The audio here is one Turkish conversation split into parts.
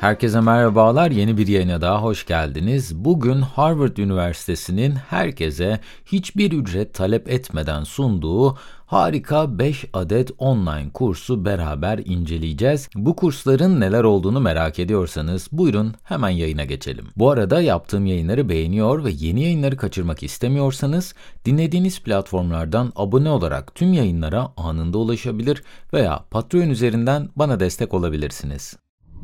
Herkese merhabalar, yeni bir yayına daha hoş geldiniz. Bugün Harvard Üniversitesi'nin herkese hiçbir ücret talep etmeden sunduğu harika 5 adet online kursu beraber inceleyeceğiz. Bu kursların neler olduğunu merak ediyorsanız buyurun hemen yayına geçelim. Bu arada yaptığım yayınları beğeniyor ve yeni yayınları kaçırmak istemiyorsanız dinlediğiniz platformlardan abone olarak tüm yayınlara anında ulaşabilir veya Patreon üzerinden bana destek olabilirsiniz.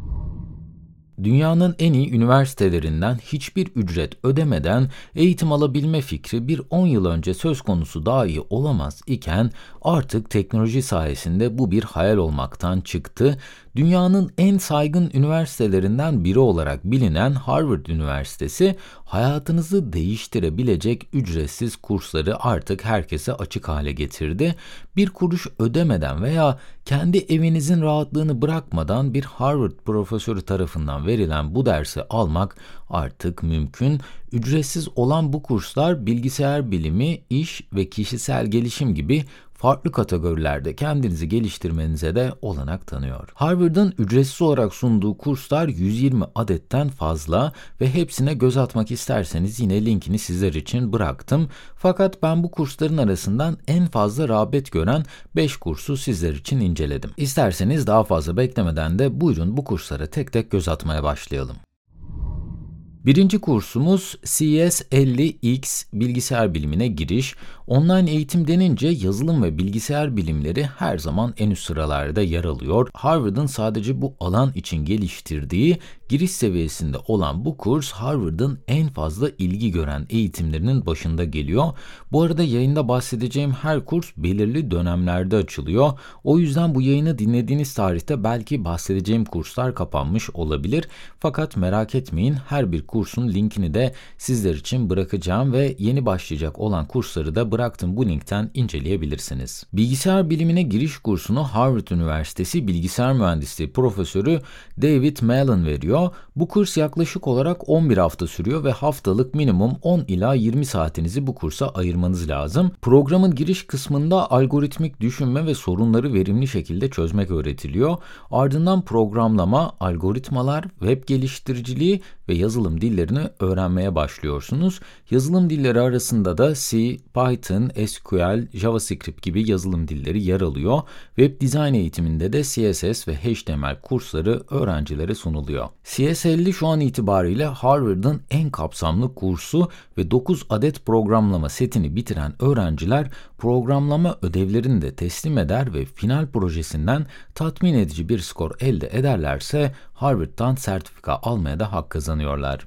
Dünyanın en iyi üniversitelerinden hiçbir ücret ödemeden eğitim alabilme fikri bir 10 yıl önce söz konusu dahi olamaz iken artık teknoloji sayesinde bu bir hayal olmaktan çıktı. Dünyanın en saygın üniversitelerinden biri olarak bilinen Harvard Üniversitesi, hayatınızı değiştirebilecek ücretsiz kursları artık herkese açık hale getirdi. Bir kuruş ödemeden veya kendi evinizin rahatlığını bırakmadan bir Harvard profesörü tarafından verilen bu dersi almak artık mümkün. Ücretsiz olan bu kurslar bilgisayar bilimi, iş ve kişisel gelişim gibi farklı kategorilerde kendinizi geliştirmenize de olanak tanıyor. Harvard'ın ücretsiz olarak sunduğu kurslar 120 adetten fazla ve hepsine göz atmak isterseniz yine linkini sizler için bıraktım. Fakat ben bu kursların arasından en fazla rağbet gören 5 kursu sizler için inceledim. İsterseniz daha fazla beklemeden de buyurun bu kurslara tek tek göz atmaya başlayalım. Birinci kursumuz CS50X bilgisayar bilimine giriş. Online eğitim denince yazılım ve bilgisayar bilimleri her zaman en üst sıralarda yer alıyor. Harvard'ın sadece bu alan için geliştirdiği giriş seviyesinde olan bu kurs Harvard'ın en fazla ilgi gören eğitimlerinin başında geliyor. Bu arada yayında bahsedeceğim her kurs belirli dönemlerde açılıyor. O yüzden bu yayını dinlediğiniz tarihte belki bahsedeceğim kurslar kapanmış olabilir. Fakat merak etmeyin, her bir kursun linkini de sizler için bırakacağım ve yeni başlayacak olan kursları da bıraktığım bu linkten inceleyebilirsiniz. Bilgisayar bilimine giriş kursunu Harvard Üniversitesi Bilgisayar Mühendisliği Profesörü David Malan veriyor. Bu kurs yaklaşık olarak 11 hafta sürüyor ve haftalık minimum 10 ila 20 saatinizi bu kursa ayırmanız lazım. Programın giriş kısmında algoritmik düşünme ve sorunları verimli şekilde çözmek öğretiliyor. Ardından programlama, algoritmalar, web geliştiriciliği ve yazılım dillerini öğrenmeye başlıyorsunuz. Yazılım dilleri arasında da C, Python, SQL, JavaScript gibi yazılım dilleri yer alıyor. Web dizayn eğitiminde de CSS ve HTML kursları öğrencilere sunuluyor. CS50 şu an itibariyle Harvard'ın en kapsamlı kursu ve 9 adet programlama setini bitiren öğrenciler programlama ödevlerini de teslim eder ve final projesinden tatmin edici bir skor elde ederlerse Harvard'dan sertifika almaya da hak kazanıyorlar.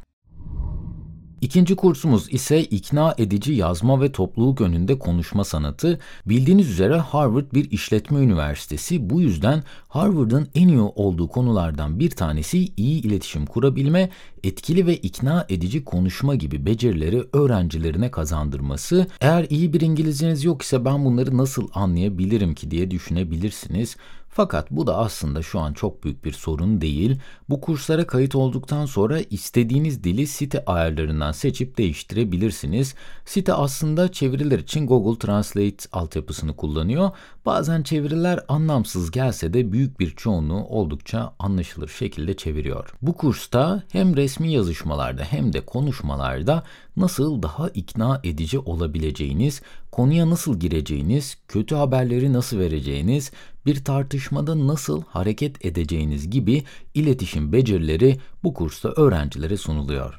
İkinci kursumuz ise ikna edici yazma ve topluluk önünde konuşma sanatı. Bildiğiniz üzere Harvard bir işletme üniversitesi. Bu yüzden Harvard'ın en iyi olduğu konulardan bir tanesi iyi iletişim kurabilme, etkili ve ikna edici konuşma gibi becerileri öğrencilerine kazandırması. Eğer iyi bir İngilizceniz yok ise ben bunları nasıl anlayabilirim ki diye düşünebilirsiniz. Fakat bu da aslında şu an çok büyük bir sorun değil. Bu kurslara kayıt olduktan sonra istediğiniz dili site ayarlarından seçip değiştirebilirsiniz. Site aslında çeviriler için Google Translate altyapısını kullanıyor. Bazen çeviriler anlamsız gelse de büyük bir çoğunluğu oldukça anlaşılır şekilde çeviriyor. Bu kursta hem resmi yazışmalarda hem de konuşmalarda nasıl daha ikna edici olabileceğiniz, konuya nasıl gireceğiniz, kötü haberleri nasıl vereceğiniz, bir tartışmada nasıl hareket edeceğiniz gibi iletişim becerileri bu kursta öğrencilere sunuluyor.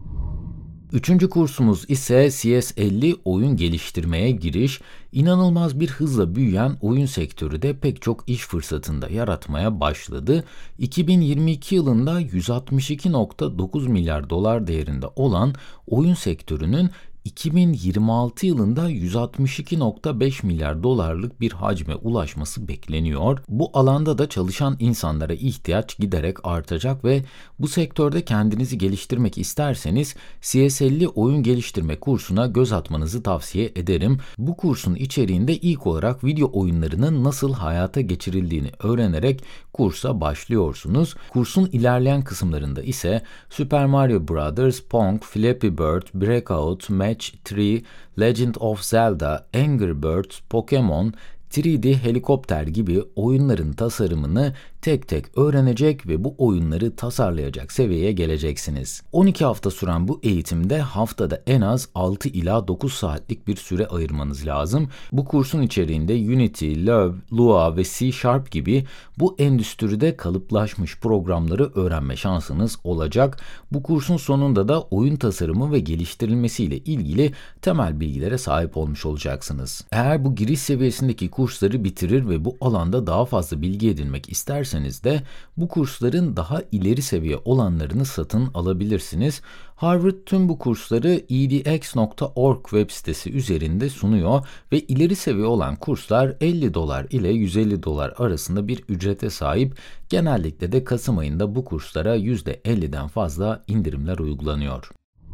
Üçüncü kursumuz ise CS50 oyun geliştirmeye giriş. İnanılmaz bir hızla büyüyen oyun sektörü de pek çok iş fırsatında yaratmaya başladı. 2022 yılında 162,9 milyar dolar değerinde olan oyun sektörünün 2026 yılında 162,5 milyar dolarlık bir hacme ulaşması bekleniyor. Bu alanda da çalışan insanlara ihtiyaç giderek artacak ve bu sektörde kendinizi geliştirmek isterseniz CS50 oyun geliştirme kursuna göz atmanızı tavsiye ederim. Bu kursun içeriğinde ilk olarak video oyunlarının nasıl hayata geçirildiğini öğrenerek kursa başlıyorsunuz. Kursun ilerleyen kısımlarında ise Super Mario Bros., Pong, Flappy Bird, Breakout, Match 3, Legend of Zelda, Angry Birds, Pokemon, 3D helikopter gibi oyunların tasarımını tek tek öğrenecek ve bu oyunları tasarlayacak seviyeye geleceksiniz. 12 hafta süren bu eğitimde haftada en az 6 ila 9 saatlik bir süre ayırmanız lazım. Bu kursun içeriğinde Unity, Lua ve C# gibi bu endüstride kalıplaşmış programları öğrenme şansınız olacak. Bu kursun sonunda da oyun tasarımı ve geliştirilmesiyle ilgili temel bilgilere sahip olmuş olacaksınız. Eğer bu giriş seviyesindeki kursları bitirir ve bu alanda daha fazla bilgi edinmek isterseniz de bu kursların daha ileri seviye olanlarını satın alabilirsiniz. Harvard tüm bu kursları edx.org web sitesi üzerinde sunuyor ve ileri seviye olan kurslar $50 ile $150 arasında bir ücrete sahip. Genellikle de Kasım ayında bu kurslara %50'den fazla indirimler uygulanıyor.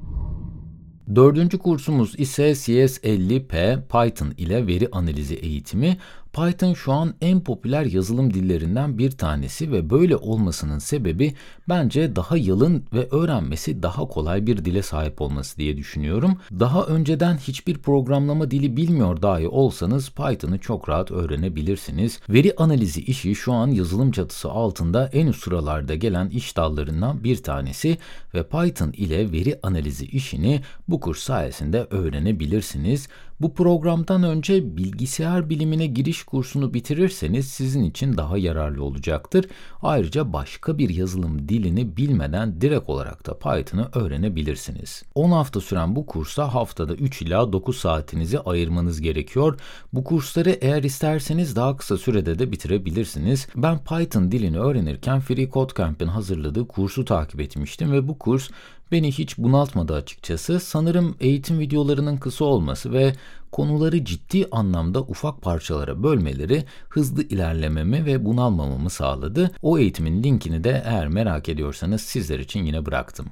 Dördüncü kursumuz ise CS50P Python ile veri analizi eğitimi. Python şu an en popüler yazılım dillerinden bir tanesi ve böyle olmasının sebebi bence daha yalın ve öğrenmesi daha kolay bir dile sahip olması diye düşünüyorum. Daha önceden hiçbir programlama dili bilmiyor dahi olsanız Python'ı çok rahat öğrenebilirsiniz. Veri analizi işi şu an yazılım çatısı altında en üst sıralarda gelen iş dallarından bir tanesi ve Python ile veri analizi işini bu kurs sayesinde öğrenebilirsiniz. Bu programdan önce bilgisayar bilimine giriş kursunu bitirirseniz sizin için daha yararlı olacaktır. Ayrıca başka bir yazılım dilini bilmeden direkt olarak da Python'ı öğrenebilirsiniz. 10 hafta süren bu kursa haftada 3 ila 9 saatinizi ayırmanız gerekiyor. Bu kursları eğer isterseniz daha kısa sürede de bitirebilirsiniz. Ben Python dilini öğrenirken FreeCodeCamp'in hazırladığı kursu takip etmiştim ve bu kurs beni hiç bunaltmadı açıkçası. Sanırım eğitim videolarının kısa olması ve konuları ciddi anlamda ufak parçalara bölmeleri hızlı ilerlememi ve bunalmamamı sağladı. O eğitimin linkini de eğer merak ediyorsanız sizler için yine bıraktım.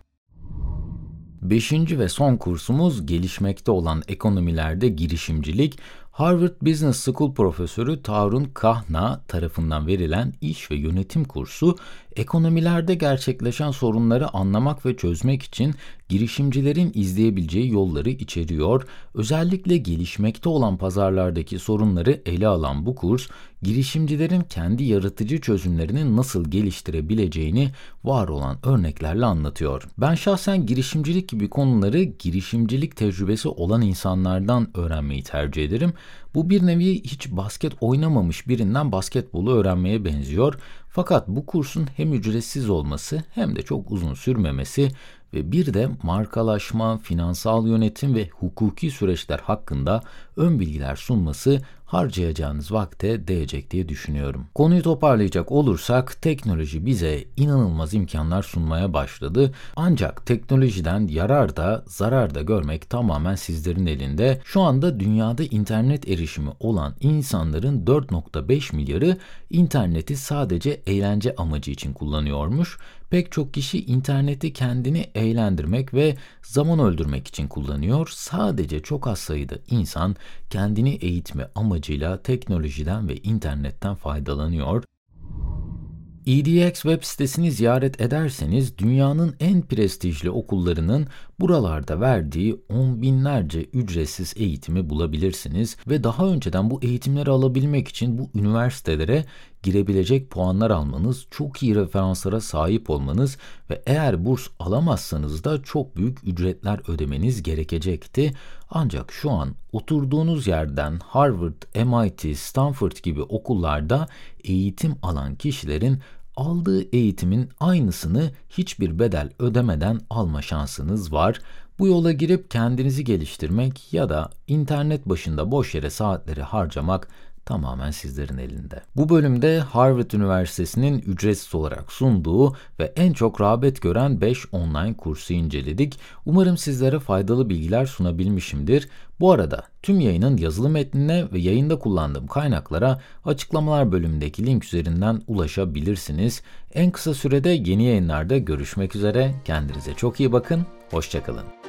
Beşinci ve son kursumuz gelişmekte olan ekonomilerde girişimcilik. Harvard Business School profesörü Tarun Kahna tarafından verilen iş ve yönetim kursu, ekonomilerde gerçekleşen sorunları anlamak ve çözmek için girişimcilerin izleyebileceği yolları içeriyor. Özellikle gelişmekte olan pazarlardaki sorunları ele alan bu kurs, girişimcilerin kendi yaratıcı çözümlerini nasıl geliştirebileceğini var olan örneklerle anlatıyor. Ben şahsen girişimcilik gibi konuları girişimcilik tecrübesi olan insanlardan öğrenmeyi tercih ederim. Bu bir nevi hiç basket oynamamış birinden basketbolu öğrenmeye benziyor. Fakat bu kursun hem ücretsiz olması hem de çok uzun sürmemesi ve bir de markalaşma, finansal yönetim ve hukuki süreçler hakkında ön bilgiler sunması harcayacağınız vakte değecek diye düşünüyorum. Konuyu toparlayacak olursak teknoloji bize inanılmaz imkanlar sunmaya başladı. Ancak teknolojiden yarar da zarar da görmek tamamen sizlerin elinde. Şu anda dünyada internet erişimi olan insanların 4,5 milyarı interneti sadece eğlence amacı için kullanıyormuş. Pek çok kişi interneti kendini eğlendirmek ve zaman öldürmek için kullanıyor. Sadece çok az sayıda insan kendini eğitme amacıyla teknolojiden ve internetten faydalanıyor. edX web sitesini ziyaret ederseniz dünyanın en prestijli okullarının buralarda verdiği on binlerce ücretsiz eğitimi bulabilirsiniz ve daha önceden bu eğitimleri alabilmek için bu üniversitelere girebilecek puanlar almanız, çok iyi referanslara sahip olmanız ve eğer burs alamazsanız da çok büyük ücretler ödemeniz gerekecekti. Ancak şu an oturduğunuz yerden Harvard, MIT, Stanford gibi okullarda eğitim alan kişilerin aldığı eğitimin aynısını hiçbir bedel ödemeden alma şansınız var. Bu yola girip kendinizi geliştirmek ya da internet başında boş yere saatleri harcamak tamamen sizlerin elinde. Bu bölümde Harvard Üniversitesi'nin ücretsiz olarak sunduğu ve en çok rağbet gören 5 online kursu inceledik. Umarım sizlere faydalı bilgiler sunabilmişimdir. Bu arada tüm yayının yazılı metnine ve yayında kullandığım kaynaklara açıklamalar bölümündeki link üzerinden ulaşabilirsiniz. En kısa sürede yeni yayınlarda görüşmek üzere. Kendinize çok iyi bakın. Hoşça kalın.